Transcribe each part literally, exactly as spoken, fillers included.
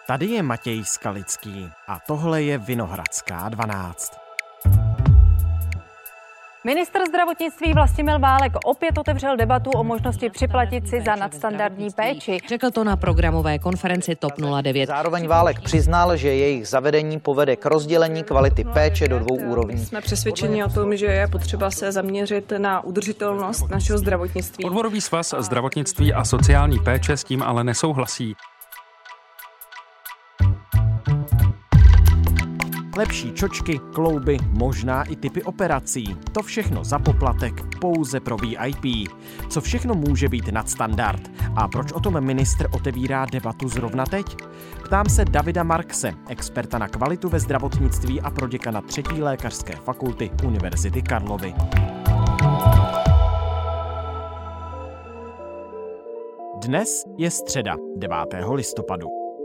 Tady je Matěj Skalický a tohle je Vinohradská dvanáct. Ministr zdravotnictví Vlastimil Válek opět otevřel debatu o možnosti připlatit si za nadstandardní péči. Řekl to na programové konferenci TOP nula devět. Zároveň Válek přiznal, že jejich zavedení povede k rozdělení kvality péče do dvou úrovní. Jsme přesvědčeni o tom, že je potřeba se zaměřit na udržitelnost našeho zdravotnictví. Odborový svaz zdravotnictví a sociální péče s tím ale nesouhlasí. Lepší čočky, klouby, možná i typy operací. To všechno za poplatek, pouze pro V I P. Co všechno může být nadstandard? A proč o tom ministr otevírá debatu zrovna teď? Ptám se Davida Markse, experta na kvalitu ve zdravotnictví a proděkana třetí lékařské fakulty Univerzity Karlovy. Dnes je středa, devátého listopadu.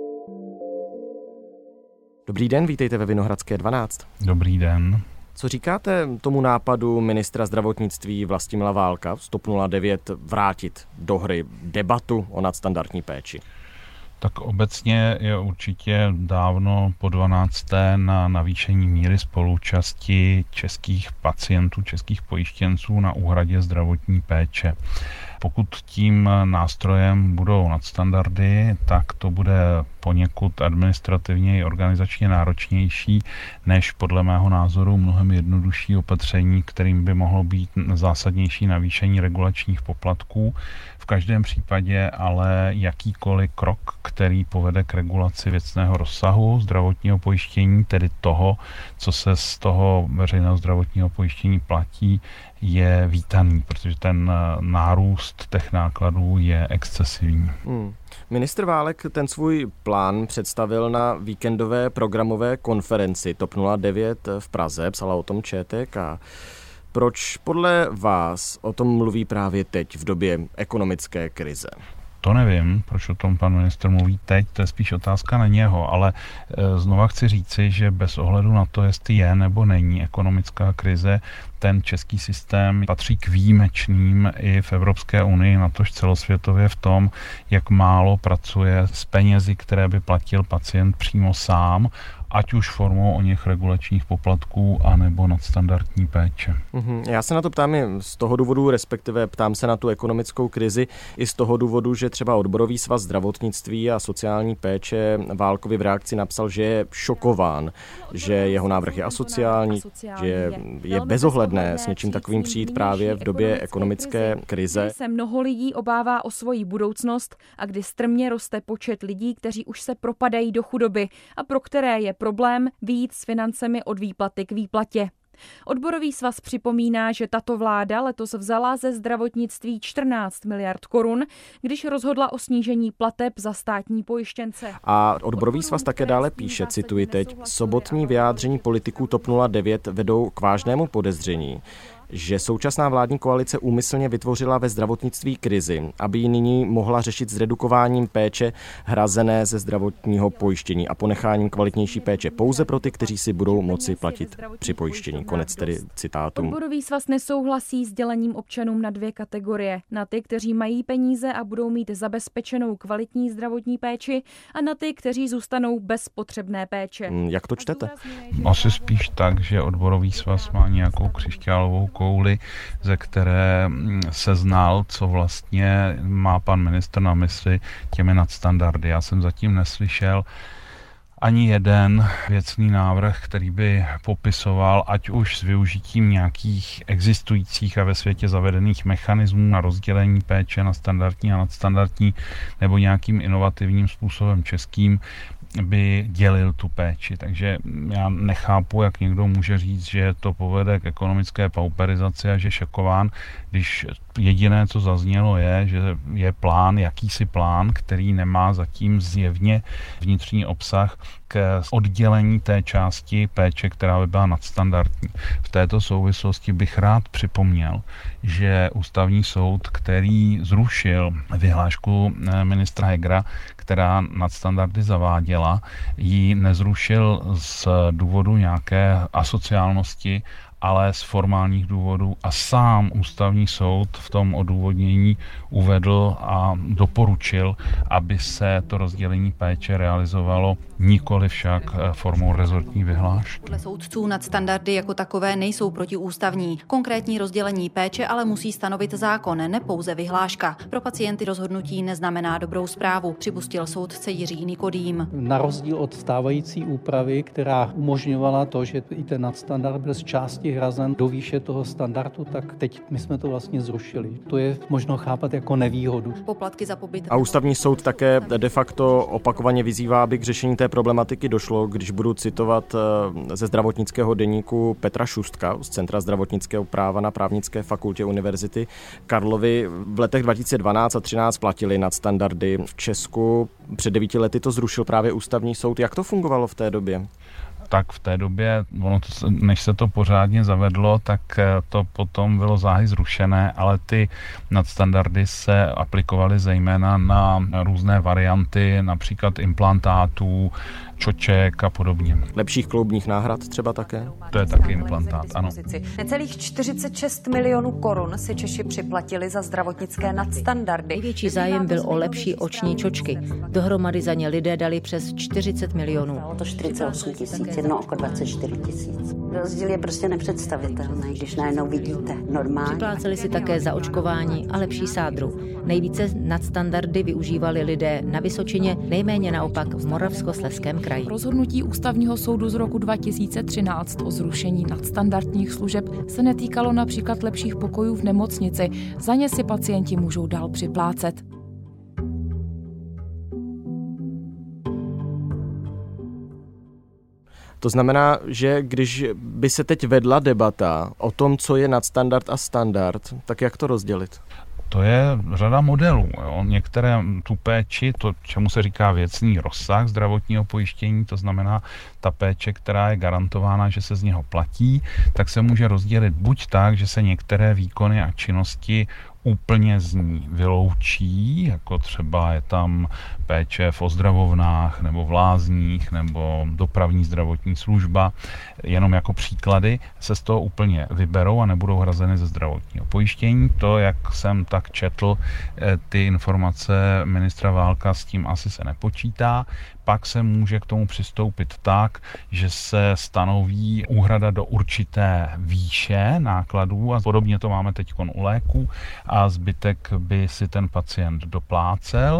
Dobrý den, vítejte ve Vinohradské dvanáct. Dobrý den. Co říkáte tomu nápadu ministra zdravotnictví Vlastimila Válka z TOP nula devět vrátit do hry debatu o nadstandardní péči? Tak obecně je určitě dávno po dvanácté na navýšení míry spoluúčasti českých pacientů, českých pojištěnců na úhradě zdravotní péče. Pokud tím nástrojem budou nadstandardy, tak to bude poněkud administrativně i organizačně náročnější než podle mého názoru mnohem jednodušší opatření, kterým by mohlo být zásadnější navýšení regulačních poplatků. V každém případě ale jakýkoliv krok, který povede k regulaci věcného rozsahu zdravotního pojištění, tedy toho, co se z toho veřejného zdravotního pojištění platí, je vítaný, protože ten nárůst těch nákladů je excesivní. Hmm. Ministr Válek ten svůj plán představil na víkendové programové konferenci TOP nula devět v Praze, psala o tom ČTK. Proč podle vás o tom mluví právě teď v době ekonomické krize? To nevím, proč o tom pan ministr mluví teď, to je spíš otázka na něho, ale e, znova chci říci, že bez ohledu na to, jestli je nebo není ekonomická krize, ten český systém patří k výjimečným i v Evropské unii, natož celosvětově v tom, jak málo pracuje s penězi, které by platil pacient přímo sám, ať už formou o něch regulačních poplatků, anebo nadstandardní péče. Uhum. Já se na to ptám i z toho důvodu, respektive ptám se na tu ekonomickou krizi i z toho důvodu, že třeba Odborový svaz zdravotnictví a sociální péče Válkovi v reakci napsal, že je šokován, že jeho návrh je asociální, že je bezohledné s něčím takovým přijít právě v době ekonomické krize. Se mnoho lidí obává o svoji budoucnost a kdy strmě roste počet lidí, kteří už se propadají do chudoby a pro které je problém vyjít s financemi od výplaty k výplatě. Odborový svaz připomíná, že tato vláda letos vzala ze zdravotnictví čtrnáct miliard korun, když rozhodla o snížení plateb za státní pojištěnce. A Odborový svaz také dále píše, cituji teď, sobotní vyjádření politiků TOP nula devět vedou k vážnému podezření, že současná vládní koalice úmyslně vytvořila ve zdravotnictví krizi, aby ji nyní mohla řešit zredukováním péče hrazené ze zdravotního pojištění a ponecháním kvalitnější péče pouze pro ty, kteří si budou moci platit při pojištění. Konec tedy citátu. Odborový svaz nesouhlasí s dělením občanům na dvě kategorie. Na ty, kteří mají peníze a budou mít zabezpečenou kvalitní zdravotní péči, a na ty, kteří zůstanou bez potřebné péče. Jak to čtete? Asi spíš tak, že Odborový svaz má nějakou křišťálovou kouli, ze které se znal, co vlastně má pan ministr na mysli těmi nadstandardy. Já jsem zatím neslyšel ani jeden věcný návrh, který by popisoval, ať už s využitím nějakých existujících a ve světě zavedených mechanismů na rozdělení péče na standardní a nadstandardní, nebo nějakým inovativním způsobem českým, by dělil tu péči. Takže já nechápu, jak někdo může říct, že to povede k ekonomické pauperizaci a že šokován, když jediné, co zaznělo, je, že je plán, jakýsi plán, který nemá zatím zjevně vnitřní obsah k oddělení té části péče, která by byla nadstandardní. V této souvislosti bych rád připomněl, že Ústavní soud, který zrušil vyhlášku ministra Hegera, která nadstandardy zaváděla, ji nezrušil z důvodu nějaké asociálnosti, ale z formálních důvodů a sám ústavní soud v tom odůvodnění uvedl a doporučil, aby se to rozdělení péče realizovalo nikoli však formou rezortní vyhlášky. Podle soudců nadstandardy jako takové nejsou protiústavní. Konkrétní rozdělení péče ale musí stanovit zákon, ne pouze vyhláška. Pro pacienty rozhodnutí neznamená dobrou zprávu, připustil soudce Jiří Nikodým. Na rozdíl od stávající úpravy, která umožňovala to, že i ten nadstandard byl z části hrazen do výše toho standardu, tak teď my jsme to vlastně zrušili. To je možno chápat jako nevýhodu. Poplatky za pobyt. A ústavní soud také de facto opakovaně vyzývá, aby k řešení té problematiky došlo, když budu citovat ze zdravotnického deníku Petra Šustka z Centra zdravotnického práva na Právnické fakultě Univerzity Karlovy. V letech dva tisíce dvanáct a třináct platily nadstandardy v Česku. Před devíti lety to zrušil právě ústavní soud. Jak to fungovalo v té době? Tak v té době, ono to, než se to pořádně zavedlo, tak to potom bylo záhy zrušené, ale ty nadstandardy se aplikovaly zejména na různé varianty, například implantátů, čoček a podobně. Lepších kloubních náhrad třeba také? To je taky implantát, ano. Necelých čtyřicet šest milionů korun si Češi připlatili za zdravotnické nadstandardy. Největší zájem byl o lepší oční čočky. Dohromady za ně lidé dali přes čtyřicet milionů. Bylo to čtyřicet osm tisíc, jedno oko dvacet čtyři tisíc. Rozdíl je prostě nepředstavitelný, když najednou vidíte normálně. Připláceli si také za očkování a lepší sádru. Nejvíce nadstandardy využívali lidé na Vysočině, nejméně naopak v Moravskoslezském kraji. Rozhodnutí ústavního soudu z roku dva tisíce třináct o zrušení nadstandardních služeb se netýkalo například lepších pokojů v nemocnici. Za ně si pacienti můžou dál připlácet. To znamená, že když by se teď vedla debata o tom, co je nadstandard a standard, tak jak to rozdělit? To je řada modelů. Jo. Některé tu péči, to, čemu se říká věcný rozsah zdravotního pojištění, to znamená ta péče, která je garantována, že se z něho platí, tak se může rozdělit buď tak, že se některé výkony a činnosti úplně z ní vyloučí, jako třeba je tam péče v ozdravovnách nebo v lázních nebo dopravní zdravotní služba. Jenom jako příklady se z toho úplně vyberou a nebudou hrazeny ze zdravotního pojištění. To, jak jsem tak četl, ty informace ministra Válka, s tím asi se nepočítá. Pak se může k tomu přistoupit tak, že se stanoví úhrada do určité výše nákladů a podobně to máme teď u léků a zbytek by si ten pacient doplácel.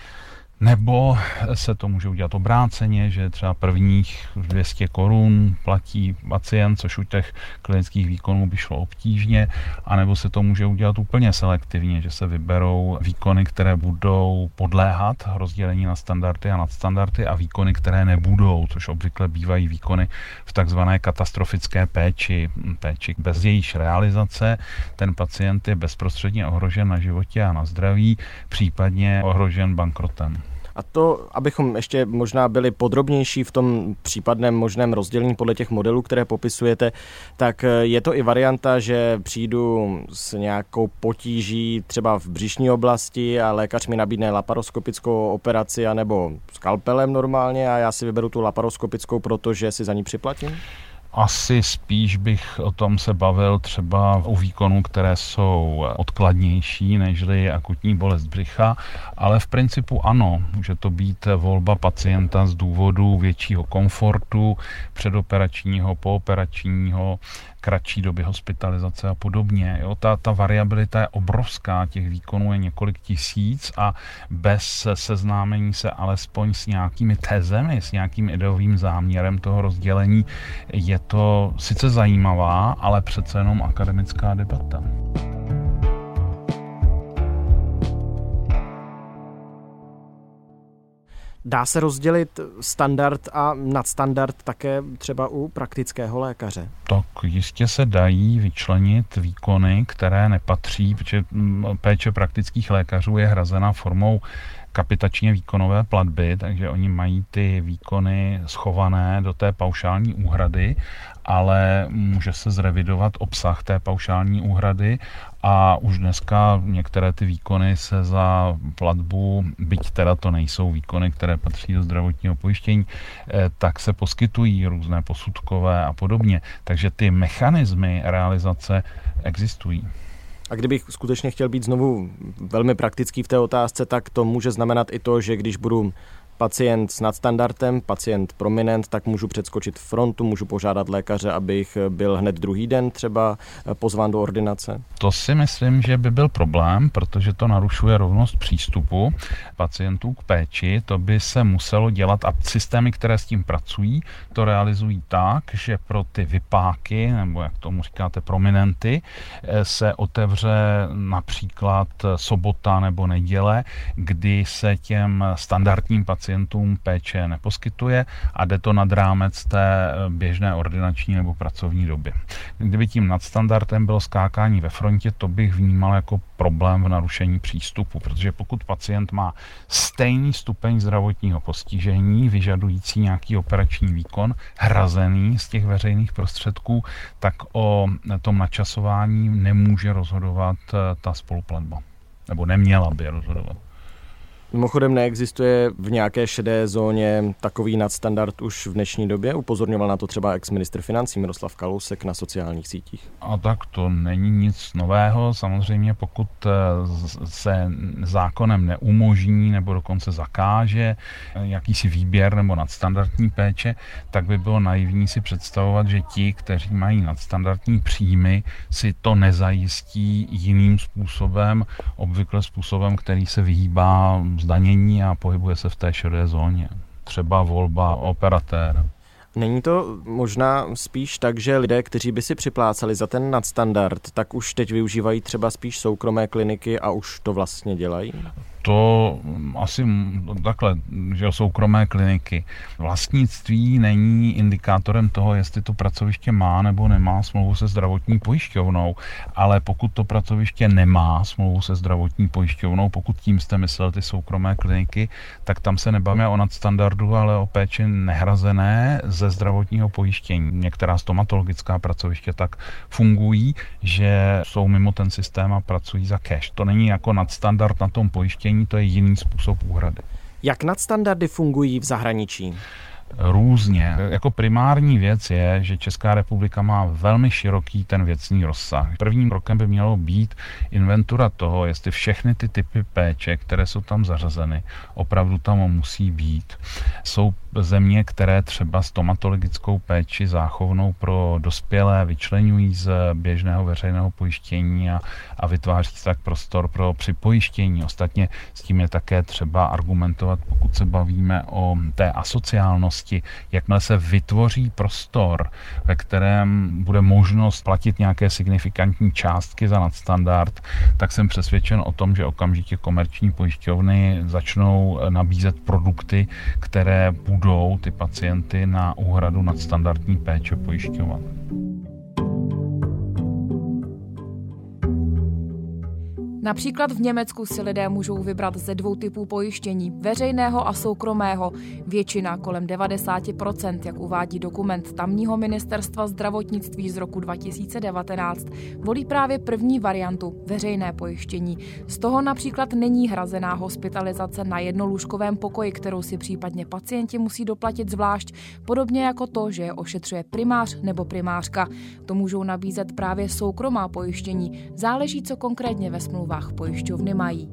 Nebo se to může udělat obráceně, že třeba prvních dvě stě korun platí pacient, což u těch klinických výkonů by šlo obtížně, anebo se to může udělat úplně selektivně, že se vyberou výkony, které budou podléhat rozdělení na standardy a nadstandardy a výkony, které nebudou, což obvykle bývají výkony v takzvané katastrofické péči, péči. Bez jejíž realizace ten pacient je bezprostředně ohrožen na životě a na zdraví, případně ohrožen bankrotem. A to, abychom ještě možná byli podrobnější v tom případném možném rozdělení podle těch modelů, které popisujete, tak je to i varianta, že přijdu s nějakou potíží třeba v břišní oblasti a lékař mi nabídne laparoskopickou operaci anebo skalpelem normálně a já si vyberu tu laparoskopickou, protože si za ní připlatím? Asi spíš bych o tom se bavil třeba u výkonů, které jsou odkladnější nežli akutní bolest břicha, ale v principu ano, může to být volba pacienta z důvodu většího komfortu, předoperačního, pooperačního, kratší doby hospitalizace a podobně. Jo, ta, ta variabilita je obrovská, těch výkonů je několik tisíc a bez seznámení se alespoň s nějakými tezemi, s nějakým ideovým záměrem toho rozdělení je to sice zajímavá, ale přece jenom akademická debata. Dá se rozdělit standard a nadstandard také třeba u praktického lékaře? Tak jistě se dají vyčlenit výkony, které nepatří, protože péče praktických lékařů je hrazena formou kapitačně výkonové platby, takže oni mají ty výkony schované do té paušální úhrady, ale může se zrevidovat obsah té paušální úhrady a už dneska některé ty výkony se za platbu, byť teda to nejsou výkony, které patří do zdravotního pojištění, tak se poskytují různé posudkové a podobně. Takže ty mechanismy realizace existují. A kdybych skutečně chtěl být znovu velmi praktický v té otázce, tak to může znamenat i to, že když budu pacient s nadstandardem, pacient prominent, tak můžu předskočit frontu, můžu požádat lékaře, abych byl hned druhý den třeba pozván do ordinace? To si myslím, že by byl problém, protože to narušuje rovnost přístupu pacientů k péči. To by se muselo dělat a systémy, které s tím pracují, to realizují tak, že pro ty vypáky, nebo jak tomu říkáte, prominenty, se otevře například sobota nebo neděle, kdy se těm standardním pacientům pacientům péče neposkytuje a jde to nad rámec té běžné ordinační nebo pracovní doby. Kdyby tím nadstandardem bylo skákání ve frontě, to bych vnímal jako problém v narušení přístupu, protože pokud pacient má stejný stupeň zdravotního postižení, vyžadující nějaký operační výkon, hrazený z těch veřejných prostředků, tak o tom načasování nemůže rozhodovat ta spoluplatba. Nebo neměla by rozhodovat. Mimochodem neexistuje v nějaké šedé zóně takový nadstandard už v dnešní době? Upozorňoval na to třeba ex-ministr financí Miroslav Kalousek na sociálních sítích. A tak to není nic nového. Samozřejmě pokud se zákonem neumožní nebo dokonce zakáže jakýsi výběr nebo nadstandardní péče, tak by bylo naivní si představovat, že ti, kteří mají nadstandardní příjmy, si to nezajistí jiným způsobem, obvykle způsobem, který se vyhýbá zdanění a pohybuje se v té šedé zóně. Třeba volba operatéra. Není to možná spíš tak, že lidé, kteří by si připlácali za ten nadstandard, tak už teď využívají třeba spíš soukromé kliniky a už to vlastně dělají? To asi takhle, že soukromé kliniky. Vlastnictví není indikátorem toho, jestli to pracoviště má nebo nemá smlouvu se zdravotní pojišťovnou, ale pokud to pracoviště nemá smlouvu se zdravotní pojišťovnou, pokud tím jste myslel ty soukromé kliniky, tak tam se nebavíme o nadstandardu, ale o péči nehrazené ze zdravotního pojištění. Některá stomatologická pracoviště tak fungují, že jsou mimo ten systém a pracují za cash. To není jako nadstandard na tom pojištění, to je jiný způsob úhrady. Jak nadstandardy fungují v zahraničí? Různě. Jako primární věc je, že Česká republika má velmi široký ten věcný rozsah. Prvním krokem by mělo být inventura toho, jestli všechny ty typy péče, které jsou tam zařazeny, opravdu tam musí být. Jsou země, které třeba stomatologickou péči záchovnou pro dospělé vyčleňují z běžného veřejného pojištění a, a vytváří tak prostor pro připojištění. Ostatně s tím je také třeba argumentovat, pokud se bavíme o té asociálnosti. Jakmile se vytvoří prostor, ve kterém bude možnost platit nějaké signifikantní částky za nadstandard, tak jsem přesvědčen o tom, že okamžitě komerční pojišťovny začnou nabízet produkty, které budou ty pacienty na úhradu nadstandardní péče pojišťovat. Například v Německu si lidé můžou vybrat ze dvou typů pojištění, veřejného a soukromého. Většina, kolem devadesát procent, jak uvádí dokument tamního ministerstva zdravotnictví z roku dva tisíce devatenáct, volí právě první variantu, veřejné pojištění. Z toho například není hrazená hospitalizace na jednolůžkovém pokoji, kterou si případně pacienti musí doplatit zvlášť, podobně jako to, že je ošetřuje primář nebo primářka. To můžou nabízet právě soukromá pojištění, záleží, co konkrétně ve smlouvách pojišťovny mají.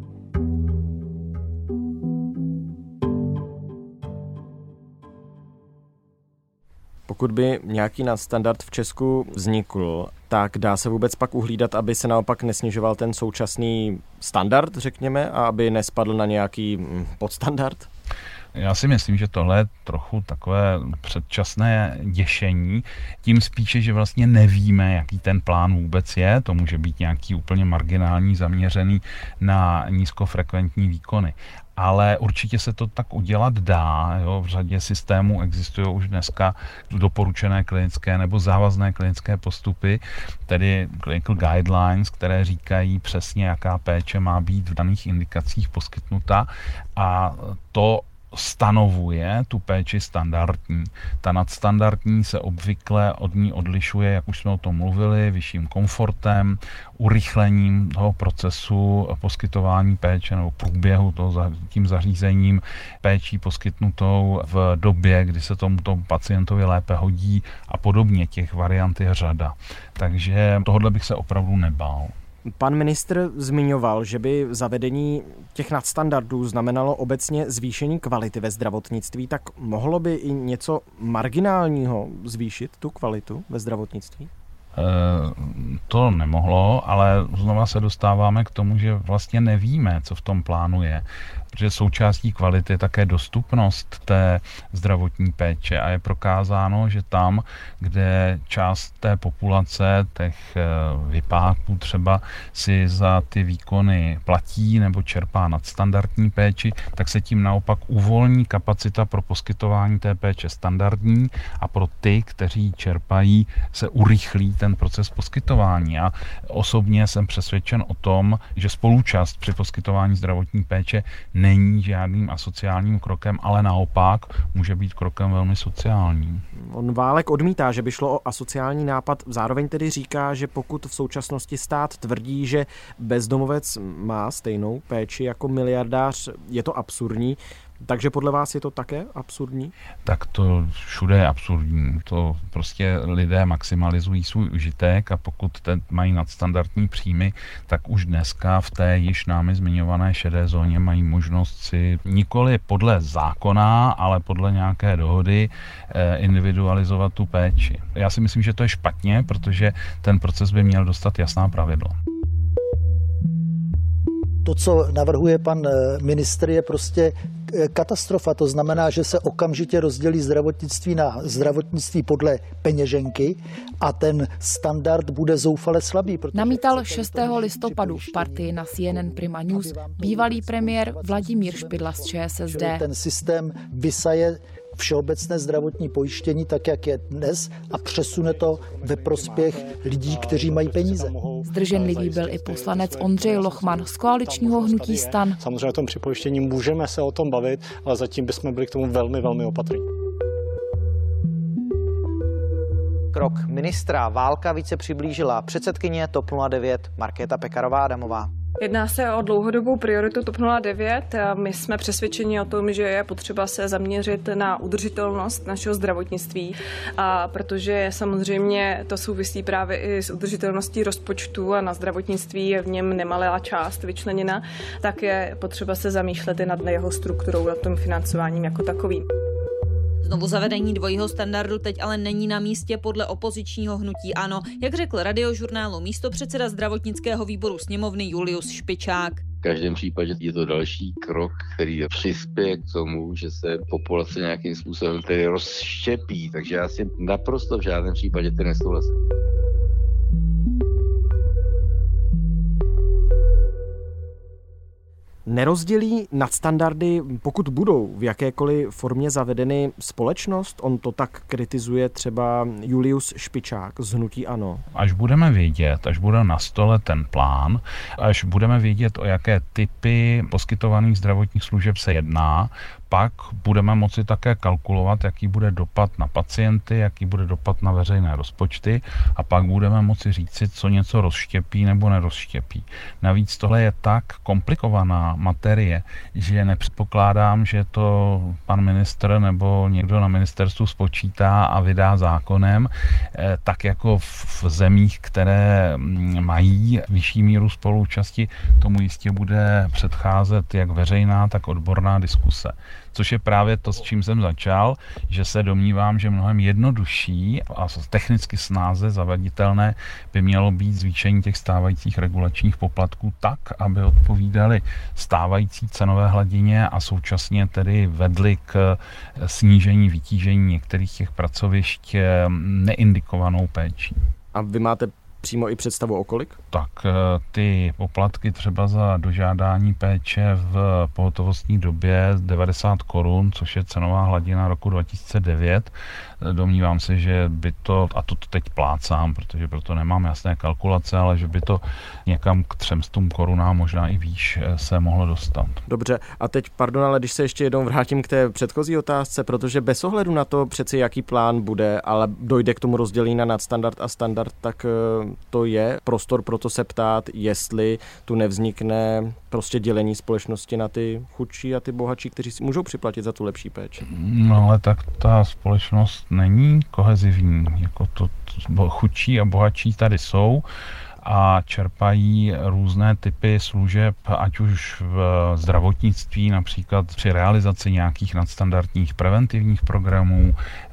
Pokud by nějaký nadstandard v Česku vznikl, tak dá se vůbec pak uhlídat, aby se naopak nesnižoval ten současný standard, řekněme, a aby nespadl na nějaký podstandard? Já si myslím, že tohle je trochu takové předčasné děšení, tím spíše, že vlastně nevíme, jaký ten plán vůbec je, to může být nějaký úplně marginální, zaměřený na nízkofrekventní výkony. Ale určitě se to tak udělat dá. Jo. V řadě systémů existují už dneska doporučené klinické nebo závazné klinické postupy, tedy clinical guidelines, které říkají přesně, jaká péče má být v daných indikacích poskytnuta, a to stanovuje tu péči standardní. Ta nadstandardní se obvykle od ní odlišuje, jak už jsme o tom mluvili, vyšším komfortem, urychlením toho procesu poskytování péče nebo průběhu toho, tím zařízením, péčí poskytnutou v době, kdy se tomuto pacientovi lépe hodí a podobně. Těch variant je řada. Takže tohle bych se opravdu nebál. Pan ministr zmiňoval, že by zavedení těch nadstandardů znamenalo obecně zvýšení kvality ve zdravotnictví, tak mohlo by i něco marginálního zvýšit tu kvalitu ve zdravotnictví? To nemohlo, ale znova se dostáváme k tomu, že vlastně nevíme, co v tom plánu je. Protože součástí kvality je také dostupnost té zdravotní péče a je prokázáno, že tam, kde část té populace, těch vypáků třeba si za ty výkony platí nebo čerpá nadstandardní péči, tak se tím naopak uvolní kapacita pro poskytování té péče standardní a pro ty, kteří čerpají, se urychlí ten proces poskytování. A osobně jsem přesvědčen o tom, že spoluúčast při poskytování zdravotní péče není žádným asociálním krokem, ale naopak může být krokem velmi sociálním. On Válek odmítá, že by šlo o asociální nápad, zároveň tedy říká, že pokud v současnosti stát tvrdí, že bezdomovec má stejnou péči jako miliardář, je to absurdní. Takže podle vás je to také absurdní? Tak to všude je absurdní. To prostě lidé maximalizují svůj užitek a pokud ten mají nadstandardní příjmy, tak už dneska v té již námi zmiňované šedé zóně mají možnost si nikoli podle zákona, ale podle nějaké dohody individualizovat tu péči. Já si myslím, že to je špatně, protože ten proces by měl dostat jasná pravidla. To, co navrhuje pan ministr, je prostě katastrofa. To znamená, že se okamžitě rozdělí zdravotnictví na zdravotnictví podle peněženky a ten standard bude zoufale slabý. Namítal šestého listopadu v Partii na C N N Prima News bývalý premiér Vladimír Špidla z Č S S D. Ten systém vysaje všeobecné zdravotní pojištění tak, jak je dnes, a přesune to ve prospěch lidí, kteří mají peníze. Zdrženlivý byl i poslanec Ondřej Lochman z koaličního hnutí STAN. Samozřejmě o tom připojištění můžeme se o tom bavit, ale zatím bychom byli k tomu velmi, velmi opatrní. Krok ministra Válka více přiblížila předsedkyně TOP nula devět Markéta Pekarová Adamová. Jedná se o dlouhodobou prioritu TOP nula devět. My jsme přesvědčeni o tom, že je potřeba se zaměřit na udržitelnost našeho zdravotnictví, a protože samozřejmě to souvisí právě i s udržitelností rozpočtu a na zdravotnictví je v něm nemalá část vyčleněna, tak je potřeba se zamýšlet i nad jeho strukturou, nad tím financováním jako takovým. Znovu zavedení dvojího standardu teď ale není na místě podle opozičního hnutí ANO, jak řekl Radiožurnálu místopředseda zdravotnického výboru sněmovny Julius Špičák. V každém případě je to další krok, který přispěje k tomu, že se populace nějakým způsobem tedy rozštěpí, takže já si naprosto v žádném případě ty nesouhlasím. Nerozdělí nadstandardy, pokud budou v jakékoliv formě zavedeny, společnost? On to tak kritizuje třeba Julius Špičák z hnutí ANO. Až budeme vědět, až bude na stole ten plán, až budeme vědět, o jaké typy poskytovaných zdravotních služeb se jedná, pak budeme moci také kalkulovat, jaký bude dopad na pacienty, jaký bude dopad na veřejné rozpočty a pak budeme moci říci, co něco rozštěpí nebo nerozštěpí. Navíc tohle je tak komplikovaná materie, že nepředpokládám, že to pan ministr nebo někdo na ministerstvu spočítá a vydá zákonem, tak jako v zemích, které mají vyšší míru spoluúčasti, tomu jistě bude předcházet jak veřejná, tak odborná diskuse. což je právě to, s čím jsem začal, že se domnívám, že mnohem jednodušší a technicky snáze zaveditelné by mělo být zvýšení těch stávajících regulačních poplatků tak, aby odpovídaly stávající cenové hladině a současně tedy vedly k snížení vytížení některých těch pracovišť neindikovanou péčí. A vy máte přímo i představu o kolik? Tak ty poplatky třeba za dožádání péče v pohotovostní době devadesát korun, což je cenová hladina roku dva tisíce devět. Domnívám se, že by to, a to teď plácám, protože proto nemám jasné kalkulace, ale že by to někam k třem stům korunám, možná i výš, se mohlo dostat. Dobře, a teď, pardon, ale když se ještě jednou vrátím k té předchozí otázce, protože bez ohledu na to přeci jaký plán bude, ale dojde k tomu rozdělení na nadstandard a standard, tak to je prostor pro to se ptát, jestli tu nevznikne prostě dělení společnosti na ty chudší a ty bohatší, kteří si můžou připlatit za tu lepší péči. No ale tak ta společnost není kohezivní, jako to chudší a bohatší tady jsou a čerpají různé typy služeb, ať už v zdravotnictví, například při realizaci nějakých nadstandardních preventivních programů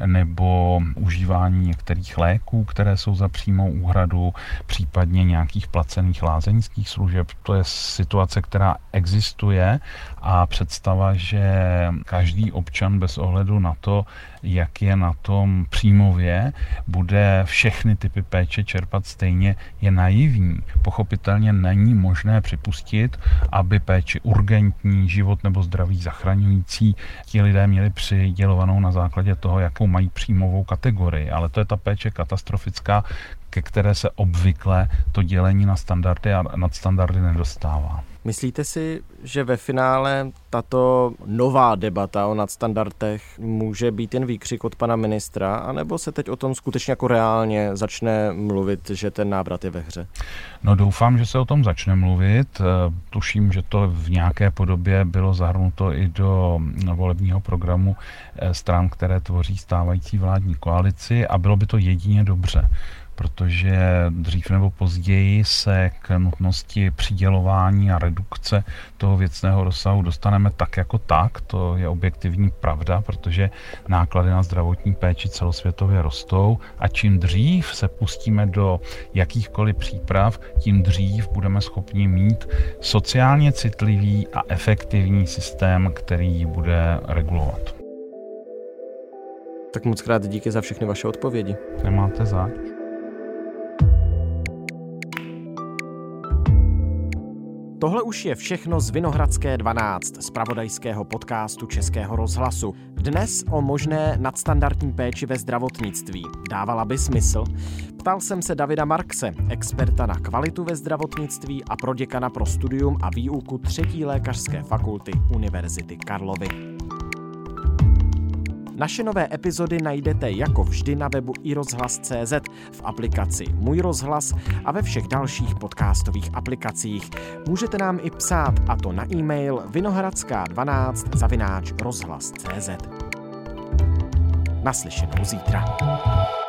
nebo užívání některých léků, které jsou za přímou úhradu, případně nějakých placených lázeňských služeb. To je situace, která existuje a představa, že každý občan bez ohledu na to, jak je na tom příjmově, bude všechny typy péče čerpat stejně, je naivní. Pochopitelně není možné připustit, aby péči urgentní, život nebo zdraví zachraňující ti lidé měli přidělovanou na základě toho, jakou mají příjmovou kategorii. Ale to je ta péče katastrofická, ke které se obvykle to dělení na standardy a nadstandardy nedostává. Myslíte si, že ve finále tato nová debata o nadstandardech může být jen výkřik od pana ministra, anebo se teď o tom skutečně jako reálně začne mluvit, že ten návrat je ve hře? No doufám, že se o tom začne mluvit. Tuším, že to v nějaké podobě bylo zahrnuto i do volebního programu stran, které tvoří stávající vládní koalici a bylo by to jedině dobře. Protože dřív nebo později se k nutnosti přidělování a redukce toho věcného rozsahu dostaneme tak jako tak. To je objektivní pravda, protože náklady na zdravotní péči celosvětově rostou a čím dřív se pustíme do jakýchkoliv příprav, tím dřív budeme schopni mít sociálně citlivý a efektivní systém, který bude regulovat. Tak moc krát díky za všechny vaše odpovědi. Nemáte zač. Tohle už je všechno z Vinohradské dvanáct, zpravodajského podcastu Českého rozhlasu. Dnes o možné nadstandardní péči ve zdravotnictví. Dávala by smysl? Ptal jsem se Davida Markse, experta na kvalitu ve zdravotnictví a proděkana pro studium a výuku třetí lékařské fakulty Univerzity Karlovy. Naše nové epizody najdete jako vždy na webu i rozhlas tečka cé zet, v aplikaci Můj rozhlas a ve všech dalších podcastových aplikacích. Můžete nám i psát, a to na e-mail vinohradská dvanáct zavináč rozhlas tečka cé zet. Naslyšenou zítra.